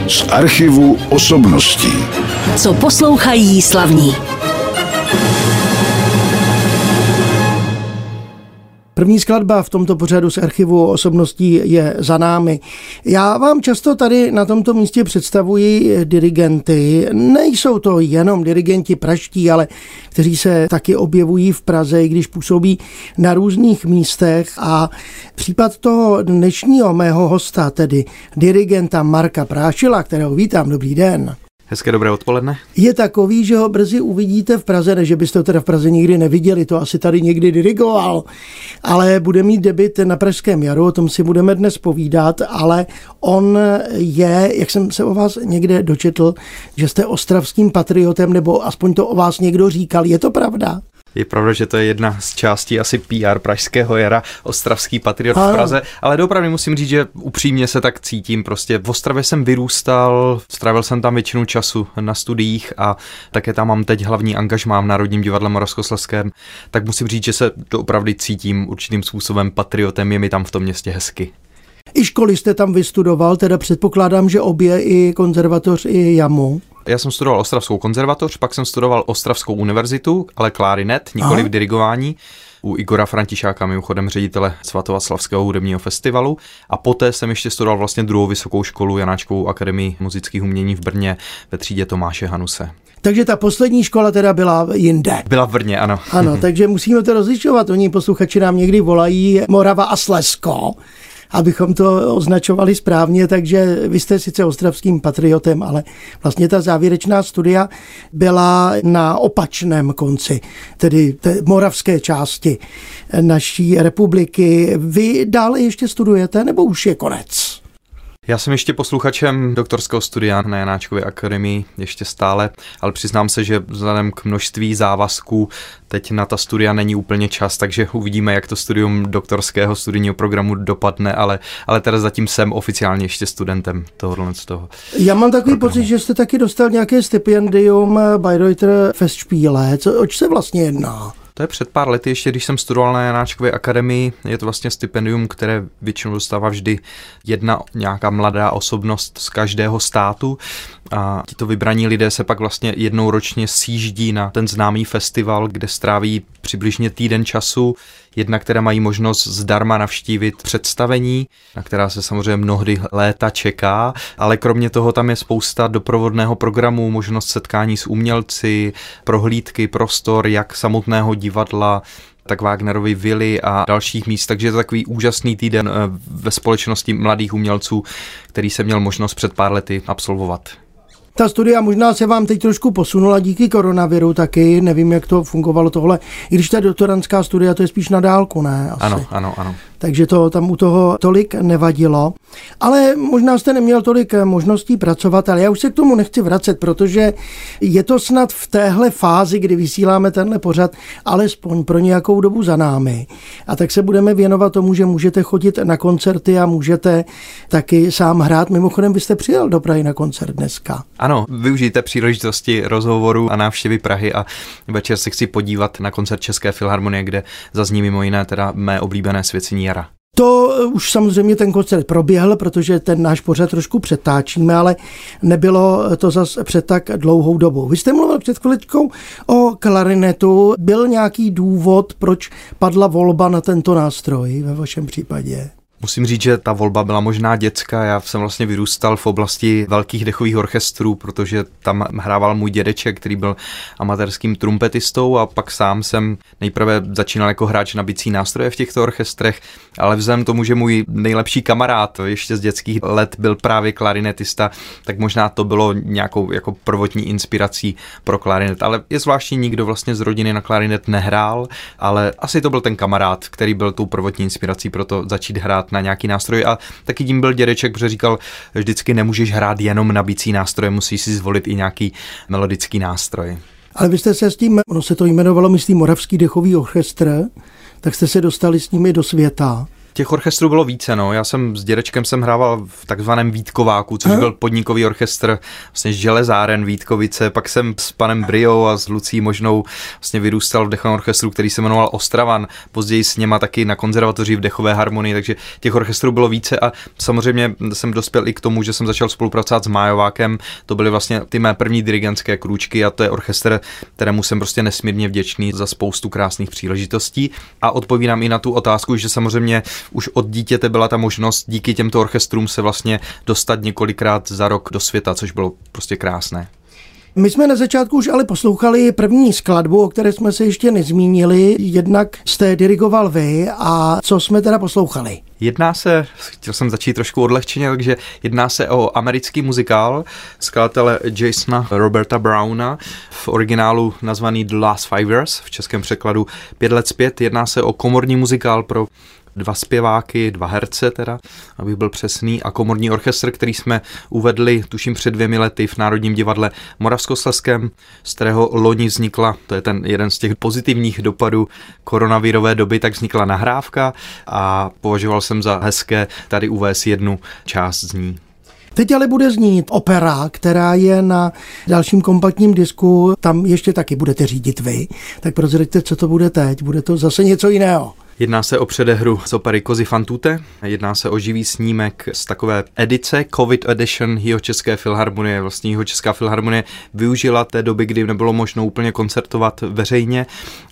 z archivu osobností. Co poslouchají slavní. První skladba v tomto pořadu z archivu osobností je za námi. Já vám často tady na tomto místě představuji dirigenty. Nejsou to jenom dirigenti pražští, ale kteří se taky objevují v Praze, i když působí na různých místech. A případ toho dnešního mého hosta, tedy dirigenta Marka Prášila, kterého vítám, dobrý den. Hezké dobré odpoledne. Je takový, že ho brzy uvidíte v Praze, ne, že byste ho teda v Praze nikdy neviděli, to asi tady někdy dirigoval, ale bude mít debut na Pražském jaru, o tom si budeme dnes povídat, ale on je, jak jsem se o vás někde dočetl, že jste ostravským patriotem, nebo aspoň to o vás někdo říkal, je to pravda? Je pravda, že to je jedna z částí asi PR Pražského jara, ostravský patriot v Praze, ale doopravdy musím říct, že upřímně se tak cítím. Prostě v Ostravě jsem vyrůstal, strávil jsem tam většinu času na studiích a také tam mám teď hlavní angažmá v Národním divadle Moravskoslezském, tak musím říct, že se doopravdy cítím určitým způsobem patriotem, je mi tam v tom městě hezky. I školy jste tam vystudoval, teda předpokládám, že obě, i konzervatoř, i jamu. Já jsem studoval Ostravskou konzervatoř, pak jsem studoval Ostravskou univerzitu, ale klarinet, nikoli v dirigování, u Igora Františáka, mimochodem ředitele Svatováclavského hudebního festivalu, a poté jsem ještě studoval vlastně druhou vysokou školu, Janáčkovou akademii muzických umění v Brně ve třídě Tomáše Hanuse. Takže ta poslední škola teda byla jinde. Byla v Brně, ano. Ano, takže musíme to rozlišovat. Oni posluchači nám někdy volají Morava a Slezsko, abychom to označovali správně, takže vy jste sice ostravským patriotem, ale vlastně ta závěrečná studia byla na opačném konci, tedy té moravské části naší republiky. Vy dále ještě studujete, nebo už je konec? Já jsem ještě posluchačem doktorského studia na Janáčkově akademii ještě stále, ale přiznám se, že vzhledem k množství závazků teď na ta studia není úplně čas, takže uvidíme, jak to studium doktorského studijního programu dopadne, ale teda zatím jsem oficiálně ještě studentem tohohle z toho. Já mám takový pocit, že jste taky dostal nějaké stipendium Bayreuther Festspiele. Oč se vlastně jedná? To je před pár lety, ještě když jsem studoval na Janáčkově akademii, je to vlastně stipendium, které většinou dostává vždy jedna nějaká mladá osobnost z každého státu a tito vybraní lidé se pak vlastně jednou ročně sjíždí na ten známý festival, kde stráví přibližně týden času, jedna, které mají možnost zdarma navštívit představení, na která se samozřejmě mnohdy léta čeká, ale kromě toho tam je spousta doprovodného programu, možnost setkání s umělci, prohlídky, prostor, jak samotného divadla, tak Wagnerovy vily a dalších míst, takže je to takový úžasný týden ve společnosti mladých umělců, který jsem měl možnost před pár lety absolvovat. Ta studia možná se vám teď trošku posunula díky koronaviru taky, nevím, jak to fungovalo tohle, i když ta doktorantská studia, to je spíš na dálku, ne? Asi. Ano. Takže to tam u toho tolik nevadilo. Ale možná jste neměl tolik možností pracovat, ale já už se k tomu nechci vracet, protože je to snad v téhle fázi, kdy vysíláme tenhle pořad, alespoň pro nějakou dobu za námi. A tak se budeme věnovat tomu, že můžete chodit na koncerty a můžete taky sám hrát. Mimochodem, vy jste přijel do Prahy na koncert dneska. Ano, využijte příležitosti rozhovoru a návštěvy Prahy a večer se chci podívat na koncert České filharmonie, kde zazní mimo jiné teda mé oblíbené Svěcení jara. To už samozřejmě ten koncert proběhl, protože ten náš pořad trošku přetáčíme, ale nebylo to zas před tak dlouhou dobou. Vy jste mluvil před chviličkou o klarinetu. Byl nějaký důvod, proč padla volba na tento nástroj ve vašem případě? Musím říct, že ta volba byla možná dětská. Já jsem vlastně vyrůstal v oblasti velkých dechových orchestrů, protože tam hrával můj dědeček, který byl amatérským trumpetistou, a pak sám jsem nejprve začínal jako hráč na bicí nástroje v těchto orchestrech, ale vzhledem tomu, že můj nejlepší kamarád ještě z dětských let byl právě klarinetista, tak možná to bylo nějakou jako prvotní inspirací pro klarinet. Ale je zvláštní, nikdo vlastně z rodiny na klarinet nehrál, ale asi to byl ten kamarád, který byl tou prvotní inspirací pro to začít hrát na nějaký nástroj, a taky tím byl dědeček, protože říkal, vždycky nemůžeš hrát jenom na bicí nástroje, musíš si zvolit i nějaký melodický nástroj. Ale vy jste se s tím, ono se to jmenovalo, myslím, Moravský dechový orchestr, tak jste se dostali s nimi do světa. Těch orchestrů bylo více, no. Já jsem s dědečkem hrával v takzvaném Vítkováku, což byl podnikový orchestr vlastně z Železáren Vítkovice, pak jsem s panem Briou a s Lucí Možnou vlastně vyrůstal v dechovém orchestru, který se jmenoval Ostravan, později s něma taky na konzervatoři v dechové harmonii, takže těch orchestrů bylo více a samozřejmě jsem dospěl i k tomu, že jsem začal spolupracovat s Májovákem, to byly vlastně ty mé první dirigentské krůčky a to je orchestr, kterému jsem prostě nesmírně vděčný za spoustu krásných příležitostí a odpovídám i na tu otázku, že samozřejmě už od dítěte byla ta možnost díky těmto orchestrům se vlastně dostat několikrát za rok do světa, což bylo prostě krásné. My jsme na začátku už ale poslouchali první skladbu, o které jsme se ještě nezmínili, jednak jste dirigoval vy a co jsme teda poslouchali? Jedná se, chtěl jsem začít trošku odlehčeně, takže jedná se o americký muzikál skladatele Jasona Roberta Browna, v originálu nazvaný The Last 5 Years, v českém překladu 5 let zpět. Jedná se o komorní muzikál pro 2 zpěváky, 2 herce teda, abych byl přesný, a komorní orchestr, který jsme uvedli, tuším před 2 lety v Národním divadle Moravskoslezském, z kterého loni vznikla, to je ten jeden z těch pozitivních dopadů koronavirové doby, tak vznikla nahrávka a považoval jsem za hezké tady uvést jednu část z ní. Teď ale bude znít opera, která je na dalším kompaktním disku, tam ještě taky budete řídit vy, tak prozraďte, co to bude teď, bude to zase něco jiného. Jedná se o předehru z opery Così fan tutte, jedná se o živý snímek z takové edice, COVID edition Jihočeské filharmonie. Vlastně Jihočeská filharmonie využila té doby, kdy nebylo možno úplně koncertovat veřejně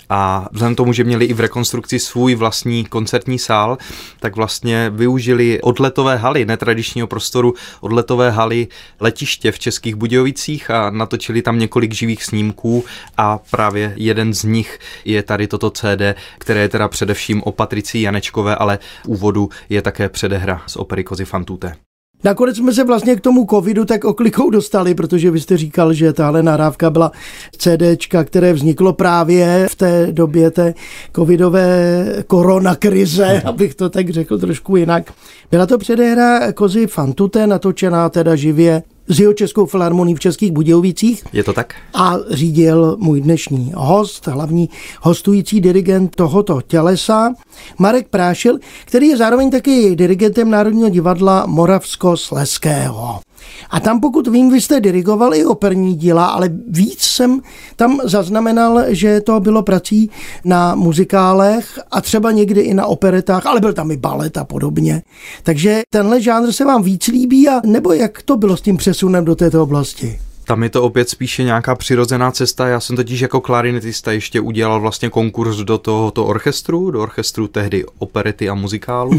a vzhledem tomu, že měli i v rekonstrukci svůj vlastní koncertní sál, tak vlastně využili odletové haly, netradičního prostoru, odletové haly letiště v Českých Budějovicích a natočili tam několik živých snímků a právě jeden z nich je tady toto CD, které je teda především o Patricii Janečkové, ale úvodu je také předehra z opery Così fan tutte. Nakonec jsme se vlastně k tomu covidu tak oklikou dostali, protože vy jste říkal, že tahle nahrávka byla CDčka, které vzniklo právě v té době té covidové koronakrize, abych to tak řekl trošku jinak. Byla to předehra Così fan tutte, natočená teda živě s Jihočeskou filharmonií v Českých Budějovicích. Je to tak? A řídil můj dnešní host, hlavní hostující dirigent tohoto tělesa, Marek Prášil, který je zároveň taky dirigentem Národního divadla Moravskoslezského. A tam, pokud vím, vy jste dirigoval i operní díla, ale víc jsem tam zaznamenal, že to bylo prací na muzikálech a třeba někdy i na operetách, ale byl tam i balet a podobně. Takže tenhle žánr se vám víc líbí, a nebo jak to bylo s tím přesunem do této oblasti? Tam je to opět spíše nějaká přirozená cesta. Já jsem totiž jako klarinetista ještě udělal vlastně konkurs do tohoto orchestru, do orchestru tehdy operety a muzikálu.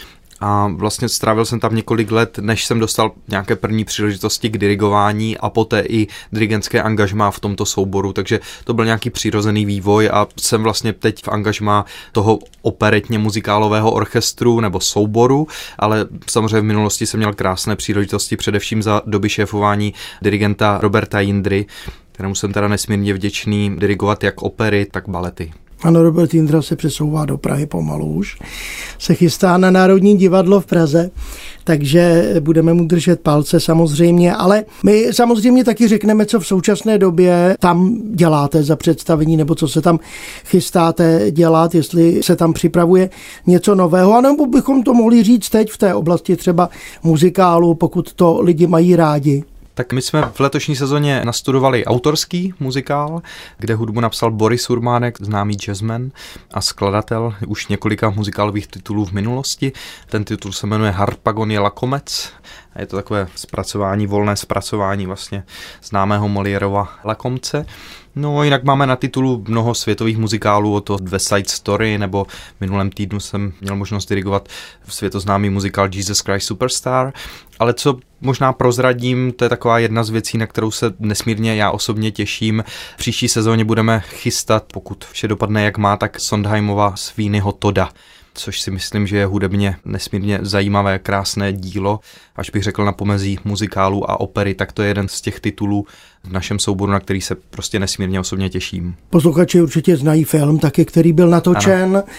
A vlastně strávil jsem tam několik let, než jsem dostal nějaké první příležitosti k dirigování a poté i dirigentské angažmá v tomto souboru, takže to byl nějaký přirozený vývoj a jsem vlastně teď v angažmá toho operetně muzikálového orchestru nebo souboru, ale samozřejmě v minulosti jsem měl krásné příležitosti, především za doby šéfování dirigenta Roberta Jindry, kterému jsem teda nesmírně vděčný, dirigovat jak opery, tak balety. Ano, Robert Jindra se přesouvá do Prahy pomalu už. Se chystá na Národní divadlo v Praze, takže budeme mu držet palce samozřejmě, ale my samozřejmě taky řekneme, co v současné době tam děláte za představení, nebo co se tam chystáte dělat, jestli se tam připravuje něco nového, anebo bychom to mohli říct teď v té oblasti třeba muzikálu, pokud to lidi mají rádi. Tak my jsme v letošní sezóně nastudovali autorský muzikál, kde hudbu napsal Boris Urmánek, známý jazzman a skladatel už několika muzikálových titulů v minulosti. Ten titul se jmenuje Harpagon je lakomec a je to takové zpracování, volné zpracování vlastně známého Moliérova Lakomce. No jinak máme na titulu mnoho světových muzikálů, o to West Side Story, nebo minulém týdnu jsem měl možnost dirigovat světoznámý muzikál Jesus Christ Superstar, ale co možná prozradím, to je taková jedna z věcí, na kterou se nesmírně já osobně těším. V příští sezóně budeme chystat, pokud vše dopadne jak má, tak Sondheimova Sweeneyho Todda, což si myslím, že je hudebně nesmírně zajímavé, krásné dílo. Až bych řekl na pomezí muzikálu a opery, tak to je jeden z těch titulů v našem souboru, na který se prostě nesmírně osobně těším. Posluchači určitě znají film taky, který byl natočen. Ano.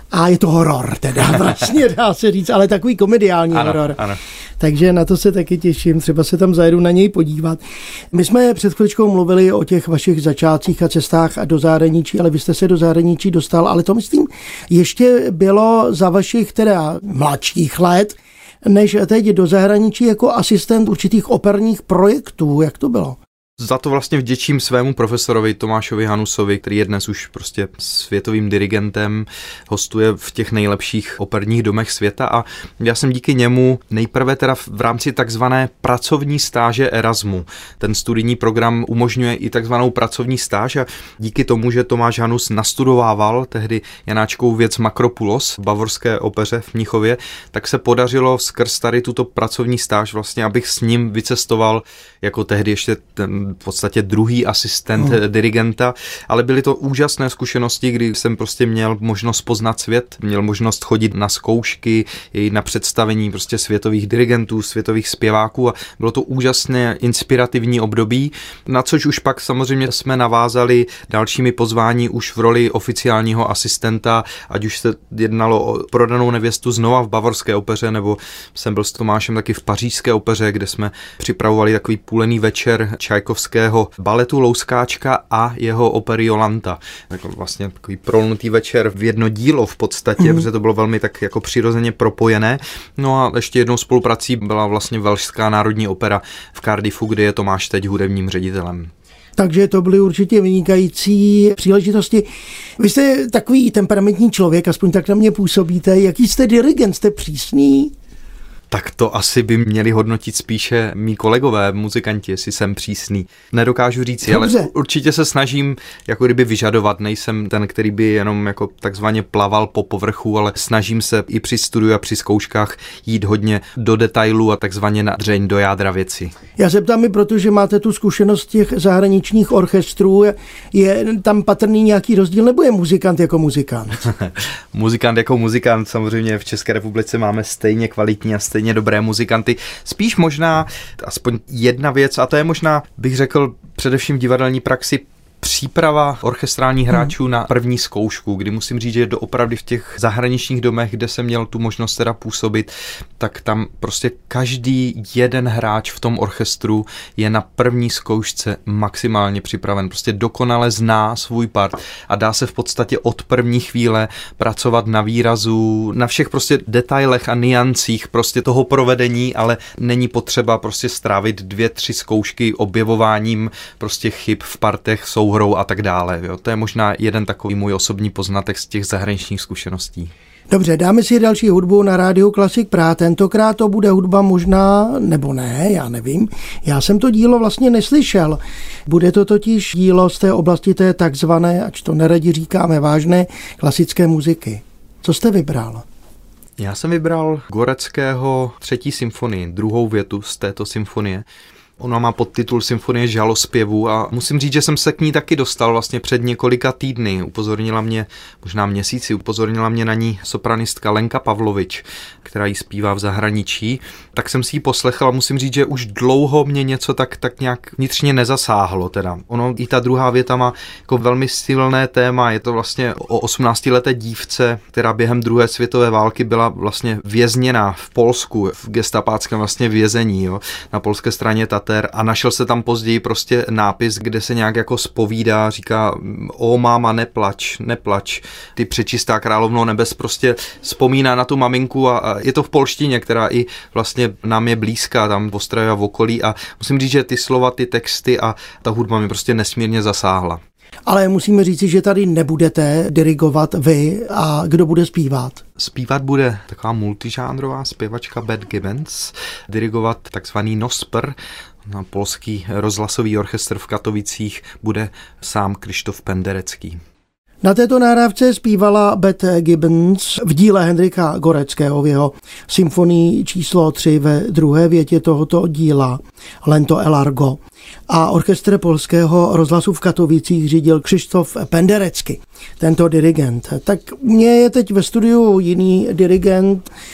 A je to horor, teda vlastně dá se říct, ale takový komediální horor. Ano. Takže na to se taky těším, třeba se tam zajedu na něj podívat. My jsme před chviličkou mluvili o těch vašich začátcích a cestách do zahraničí, ale vy jste se do zahraničí dostal, ale to myslím ještě bylo za vašich teda mladších let, než teď do zahraničí jako asistent určitých operních projektů. Jak to bylo? Za to vlastně vděčím svému profesorovi Tomášovi Hanusovi, který je dnes už prostě světovým dirigentem, hostuje v těch nejlepších operních domech světa a já jsem díky němu nejprve teda v rámci takzvané pracovní stáže Erasmu. Ten studijní program umožňuje i takzvanou pracovní stáž a díky tomu, že Tomáš Hanus nastudovával tehdy Janáčkovu věc Makropulos v bavorské opeře v Mnichově, tak se podařilo skrz tady tuto pracovní stáž vlastně, abych s ním vycestoval jako tehdy ještě ten v podstatě druhý asistent dirigenta, ale byly to úžasné zkušenosti, kdy jsem prostě měl možnost poznat svět, měl možnost chodit na zkoušky, na představení prostě světových dirigentů, světových zpěváků a bylo to úžasné inspirativní období, na což už pak samozřejmě jsme navázali dalšími pozvání už v roli oficiálního asistenta, ať už se jednalo o Prodanou nevěstu znova v bavorské opeře, nebo jsem byl s Tomášem taky v pařížské opeře, kde jsme připravovali takový půlený večer Čajkovského baletu Louskáčka a jeho opery Jolanta. Jako vlastně takový prolnutý večer v jedno dílo v podstatě, protože to bylo velmi tak jako přirozeně propojené. No a ještě jednou spoluprací byla vlastně Velšská národní opera v Cardiffu, kde je Tomáš teď hudebním ředitelem. Takže to byly určitě vynikající příležitosti. Vy jste takový temperamentní člověk, aspoň tak na mě působíte. Jaký jste dirigent? Jste přísný? Tak to asi by měli hodnotit spíše mý kolegové, muzikanti, jestli jsem přísný. Nedokážu říct, ale určitě se snažím jako kdyby vyžadovat. Nejsem ten, který by jenom jako takzvaně plaval po povrchu, ale snažím se i při studiu a při zkouškách jít hodně do detailů a takzvaně na dřeň, do jádra věci. Já se ptám i proto, že máte tu zkušenost těch zahraničních orchestrů. Je tam patrný nějaký rozdíl, nebo je muzikant jako muzikant? Muzikant jako muzikant. Samozřejmě v České republice máme stejně kvalitní a stejně dobré muzikanty. Spíš možná aspoň jedna věc, a to je možná, bych řekl, především v divadelní praxi příprava orchestrálních hráčů na první zkoušku, kdy musím říct, že doopravdy v těch zahraničních domech, kde jsem měl tu možnost teda působit, tak tam prostě každý jeden hráč v tom orchestru je na první zkoušce maximálně připraven, prostě dokonale zná svůj part a dá se v podstatě od první chvíle pracovat na výrazu, na všech prostě detailech a niancích prostě toho provedení, ale není potřeba prostě strávit 2-3 zkoušky objevováním prostě chyb v partech, souhrou a tak dále. Jo. To je možná jeden takový můj osobní poznatek z těch zahraničních zkušeností. Dobře, dáme si další hudbu na Rádiu Klasik Praha. Tentokrát to bude hudba možná, nebo ne, já nevím. Já jsem to dílo vlastně neslyšel. Bude to totiž dílo z té oblasti té takzvané, ač to neradi říkáme, vážné klasické muziky. Co jste vybral? Já jsem vybral Goreckého 3. symfonii, druhou větu z této symfonie. Ona má podtitul Symfonie žalospěvu a musím říct, že jsem se k ní taky dostal vlastně před několika týdny. Upozornila mě, možná měsíci, upozornila mě na ní sopranistka Lenka Pavlovič, která ji zpívá v zahraničí. Tak jsem si ji poslechl a musím říct, že už dlouho mě něco tak nějak vnitřně nezasáhlo. Teda. Ono i ta druhá věta má jako velmi silné téma. Je to vlastně o 18leté dívce, která během druhé světové války byla vlastně vězněna v Polsku, v gestapáckém vlastně vězení, jo, na polské straně a našel se tam později prostě nápis, kde se nějak jako zpovídá, říká: o máma, neplač, neplač, ty přečistá královno nebes, prostě vzpomíná na tu maminku a je to v polštině, která i vlastně nám je blízká tam v Ostravě a v okolí a musím říct, že ty slova, ty texty a ta hudba mi prostě nesmírně zasáhla. Ale musíme říci, že tady nebudete dirigovat vy a kdo bude zpívat? Zpívat bude taková multižánrová zpěvačka Beth Gibbons, dirigovat takzvaný Nosper, na polský rozhlasový orchestr v Katovicích bude sám Krzysztof Penderecký. Na této nahrávce zpívala Beth Gibbons v díle Henryka Goreckého v jeho symfonii číslo 3 ve druhé větě tohoto díla Lento e largo. A orchestr polského rozhlasu v Katovicích řídil Krzysztof Penderecký, tento dirigent. Tak u mě je teď ve studiu jiný dirigent,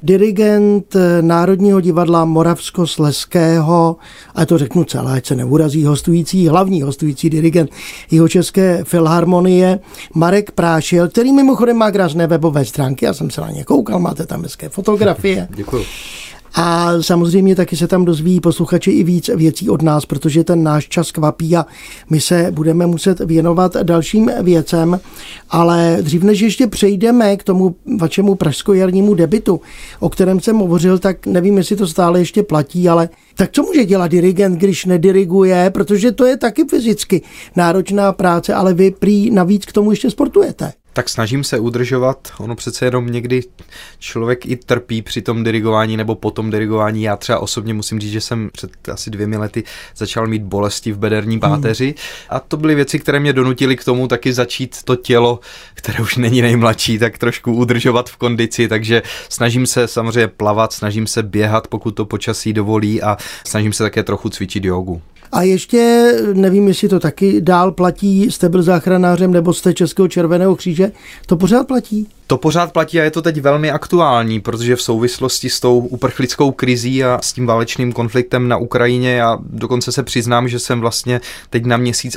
dirigent Národního divadla Moravskoslezského, a to řeknu celé, ať se neurazí, hlavní hostující dirigent Jihočeské filharmonie Marek Prášil, který mimochodem má krásné webové stránky, já jsem se na ně koukal, máte tam hezké fotografie. Děkuji. A samozřejmě taky se tam dozví posluchači i víc věcí od nás, protože ten náš čas kvapí a my se budeme muset věnovat dalším věcem, ale dřív než ještě přejdeme k tomu vašemu pražskojarnímu debutu, o kterém jsem hovořil, tak nevím, jestli to stále ještě platí, ale tak co může dělat dirigent, když nediriguje, protože to je taky fyzicky náročná práce, ale vy prý navíc k tomu ještě sportujete. Tak snažím se udržovat, ono přece jenom někdy člověk i trpí při tom dirigování nebo po tom dirigování. Já třeba osobně musím říct, že jsem před asi 2 lety začal mít bolesti v bederní páteři a to byly věci, které mě donutily k tomu taky začít to tělo, které už není nejmladší, tak trošku udržovat v kondici, takže snažím se samozřejmě plavat, snažím se běhat, pokud to počasí dovolí a snažím se také trochu cvičit jogu. A ještě, nevím, jestli to taky dál platí, jste byl záchranářem nebo jste Českého červeného kříže, to pořád platí? To pořád platí a je to teď velmi aktuální, protože v souvislosti s tou uprchlickou krizí a s tím válečným konfliktem na Ukrajině já dokonce se přiznám, že jsem vlastně teď na 1,5 měsíce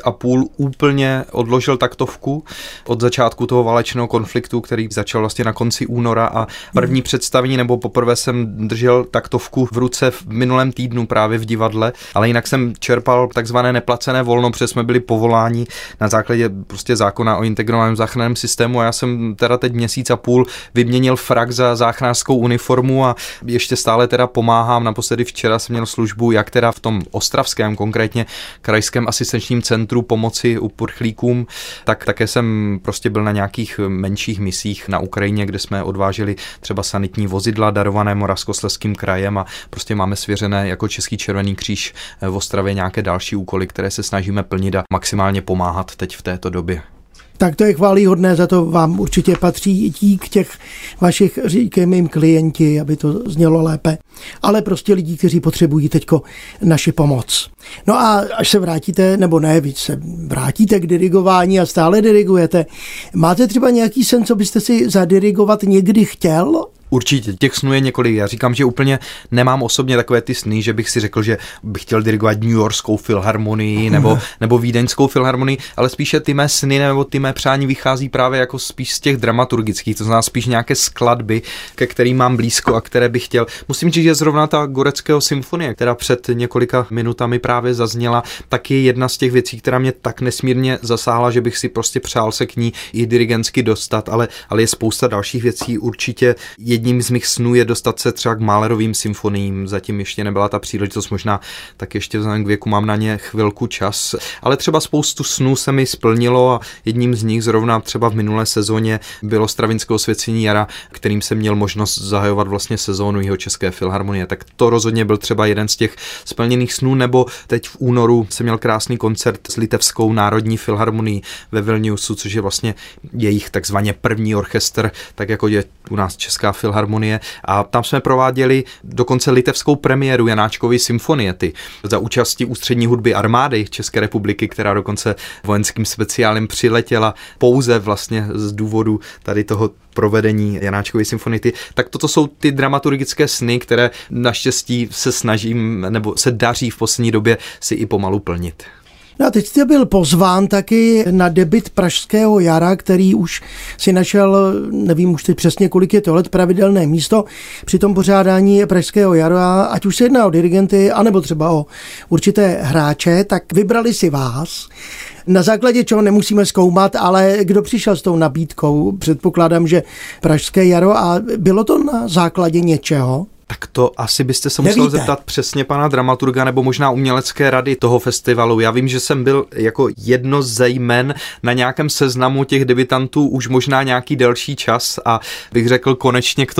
úplně odložil taktovku od začátku toho válečného konfliktu, který začal vlastně na konci února a první představení nebo poprvé jsem držel taktovku v ruce v minulém týdnu právě v divadle, ale jinak jsem čerpal takzvané neplacené volno, protože jsme byli povoláni na základě prostě zákona o integrovaném záchranném systému a já jsem teda teď 1,5 měsíce vyměnil frak za záchranářskou uniformu a ještě stále teda pomáhám. Naposledy včera jsem měl službu, jak teda v tom ostravském, konkrétně krajském asistenčním centru pomoci uprchlíkům, tak také jsem prostě byl na nějakých menších misích na Ukrajině, kde jsme odváželi třeba sanitní vozidla darované Moravskoslezským krajem a prostě máme svěřené jako Český červený kříž v Ostravě nějaké další úkoly, které se snažíme plnit a maximálně pomáhat teď v této době. Tak to je chvályhodné, za to vám určitě patří dík těch vašich, říkejme jim, klienti, aby to znělo lépe, ale prostě lidí, kteří potřebují teďko naši pomoc. No a až se vrátíte, nebo ne, víc se vrátíte k dirigování a stále dirigujete, máte třeba nějaký sen, co byste si zadirigovat někdy chtěl? Určitě, těch snů je několik. Já říkám, že úplně nemám osobně takové ty sny, že bych si řekl, že bych chtěl dirigovat New Yorkskou filharmonii nebo Vídeňskou filharmonii, ale spíše ty mé sny nebo ty mé přání vychází právě jako spíš z těch dramaturgických, to znamená spíš nějaké skladby, ke kterým mám blízko a které bych chtěl. Musím říct, že zrovna ta Goreckého symfonie, která před několika minutami právě zazněla, tak je jedna z těch věcí, která mě tak nesmírně zasáhla, že bych si prostě přál se k ní i dirigentsky dostat, ale je spousta dalších věcí. Určitě jedním z mých snů je dostat se třeba k Mahlerovým symfoniím, zatím ještě nebyla ta příležitost, možná tak ještě vzhledem k věku mám na ně chvilku čas, ale třeba spoustu snů se mi splnilo a jedním z nich zrovna třeba v minulé sezóně bylo Stravinské osvěcení jara, kterým jsem měl možnost zahajovat vlastně sezónu Jihočeské filharmonie, tak to rozhodně byl třeba jeden z těch splněných snů, nebo teď v únoru jsem měl krásný koncert s Litevskou národní filharmonií ve Vilniusu, což je vlastně jejich takzvaně první orchestr, tak jako je u nás Česká filharmonie a tam jsme prováděli dokonce litevskou premiéru Janáčkovy symfoniety za účasti Ústřední hudby armády České republiky, která dokonce vojenským speciálem přiletěla pouze vlastně z důvodu tady toho provedení Janáčkovy symfoniety. Tak toto jsou ty dramaturgické sny, které naštěstí se snažím nebo se daří v poslední době si i pomalu plnit. No a teď jste byl pozván taky na debut Pražského jara, který už si našel, nevím už teď přesně kolik je to let, pravidelné místo při tom pořádání Pražského jara, ať už se jedná o dirigenty, anebo třeba o určité hráče, tak vybrali si vás. Na základě čeho nemusíme zkoumat, ale kdo přišel s tou nabídkou? Předpokládám, že Pražské jaro, a bylo to na základě něčeho? Tak to asi byste se musel zeptat přesně pana dramaturga nebo možná umělecké rady toho festivalu. Já vím, že jsem byl jako jedno ze jmen na nějakém seznamu těch debutantů už možná nějaký delší čas a bych řekl, konečně k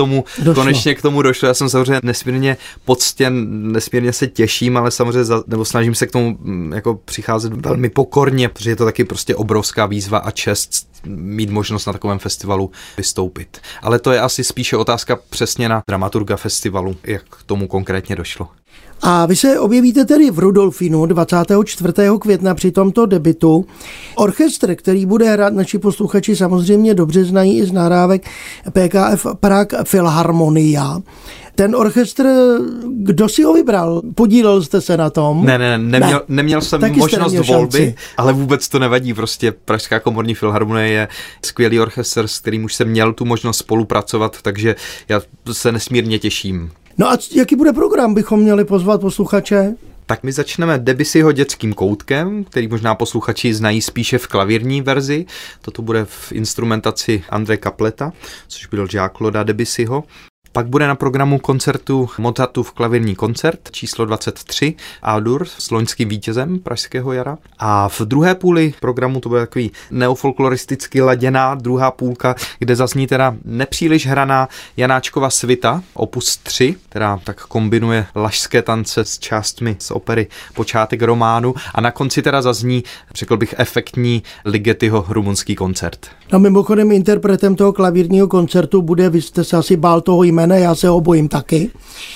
tomu došlo. Já jsem samozřejmě nesmírně poctěn, nesmírně se těším, ale samozřejmě nebo snažím se k tomu jako přicházet velmi pokorně, protože je to taky prostě obrovská výzva a čest mít možnost na takovém festivalu vystoupit. Ale to je asi spíše otázka přesně na dramaturga festivalu festivalu, jak k tomu konkrétně došlo. A vy se objevíte tedy v Rudolfínu 24. května při tomto debutu. Orchestr, který bude hrát, naši posluchači samozřejmě dobře znají i z nahrávek PKF Prague Philharmonia. Ten orchestr, kdo si ho vybral? Podílel jste se na tom? Neměl jsem taky možnost volby, šanci. ale vůbec to nevadí. Prostě Pražská komorní filharmonie je skvělý orchestr, s kterým už jsem měl tu možnost spolupracovat, takže já se nesmírně těším. No a jaký bude program, bychom měli pozvat posluchače? Tak my začneme Debussyho Dětským koutkem, který možná posluchači znají spíše v klavírní verzi. Toto bude v instrumentaci André Kapleta, což byl žák Clauda Debussyho. Pak bude na programu koncertu Mozartův klavírní koncert číslo 23 A-dur s loňským vítězem Pražského jara. A v druhé půli programu to bude takový neofolkloristicky laděná druhá půlka, kde zazní teda nepříliš hraná Janáčkova svita opus 3, která tak kombinuje lašské tance s částmi z opery Počátek románu, a na konci teda zazní, řekl bych, efektní Ligetiho rumunský koncert. No mimochodem interpretem toho klavírního koncertu bude, vy jste se asi bál toho jména, já se ho bojím taky.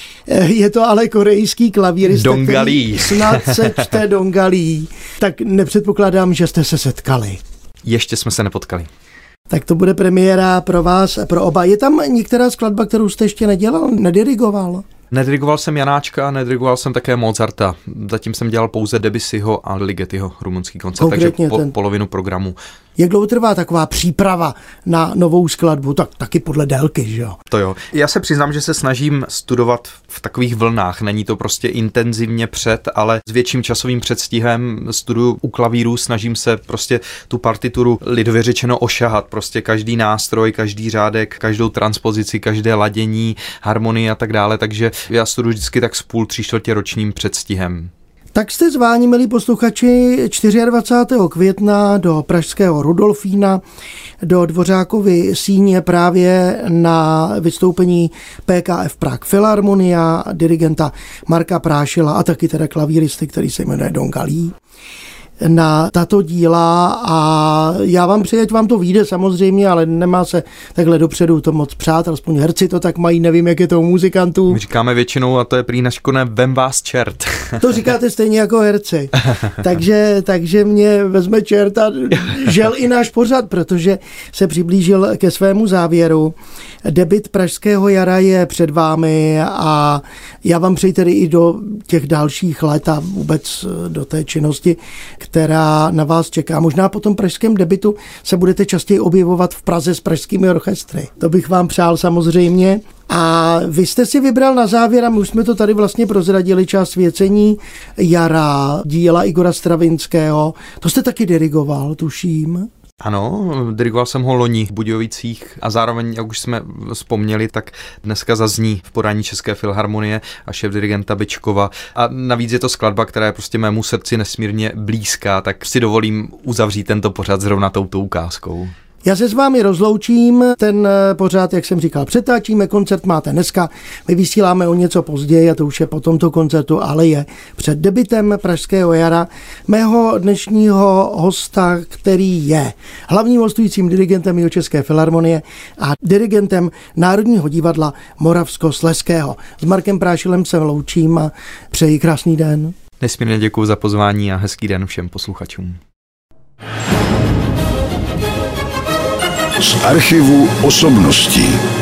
Je to ale korejský klavírista, Dongalí. Snad se čte Dongalí. Tak nepředpokládám, že jste se setkali. Ještě jsme se nepotkali. Tak to bude premiéra pro vás, pro oba. Je tam některá skladba, kterou jste ještě nedělal, nedirigoval? Nedirigoval jsem Janáčka, nedirigoval jsem také Mozarta. Zatím jsem dělal pouze Debussyho a Ligetiho rumunský koncert, konkrétně takže polovinu programu. Jak dlouho trvá taková příprava na novou skladbu? Tak taky podle délky, že jo? To jo. Já se přiznám, že se snažím studovat v takových vlnách. Není to prostě intenzivně před, ale s větším časovým předstihem studuju u klavíru, snažím se prostě tu partituru lidově řečeno ošahat. Prostě každý nástroj, každý řádek, každou transpozici, každé ladění, harmonii a tak dále. Takže já studuju vždycky tak s 3/4 ročním předstihem. Tak jste zváni, milí posluchači, 24. května do pražského Rudolfína, do Dvořákovy síně právě na vystoupení PKF Prague Philharmonia, dirigenta Marka Prášila a taky teda klavíristy, který se jmenuje Dongalí, na tato díla. A já vám přeji, ať vám to vyjde samozřejmě, ale nemá se takhle dopředu to moc přát, alespoň herci to tak mají, nevím, jak je to u muzikantů. My říkáme většinou, a to je prý naškoné, vem vás čert. To říkáte stejně jako herci. Takže mě vezme čert a žel i náš pořad, protože se přiblížil ke svému závěru. Debut Pražského jara je před vámi a já vám přeji tedy i do těch dalších let a vůbec do té činnosti, která na vás čeká. Možná po tom pražském debutu se budete častěji objevovat v Praze s pražskými orchestry. To bych vám přál samozřejmě. A vy jste si vybral na závěr, a my už jsme to tady vlastně prozradili, část Svěcení jara, díla Igora Stravinského. To jste taky dirigoval, tuším. Ano, dirigoval jsem ho loni v Budějovicích a zároveň, jak už jsme vzpomněli, tak dneska zazní v podání České filharmonie a šéf dirigenta Byčkova. A navíc je to skladba, která je prostě mému srdci nesmírně blízká, tak si dovolím uzavřít tento pořad zrovna touto ukázkou. Já se s vámi rozloučím, ten pořád, jak jsem říkal, přetáčíme, koncert máte dneska, my vysíláme o něco později a to už je po tomto koncertu, ale je před debutem Pražského jara mého dnešního hosta, který je hlavním hostujícím dirigentem Jihočeské filharmonie a dirigentem Národního divadla Moravskoslezského. S Markem Prášilem se loučím a přeji krásný den. Nesmírně děkuji za pozvání a hezký den všem posluchačům. Z archivu osobností.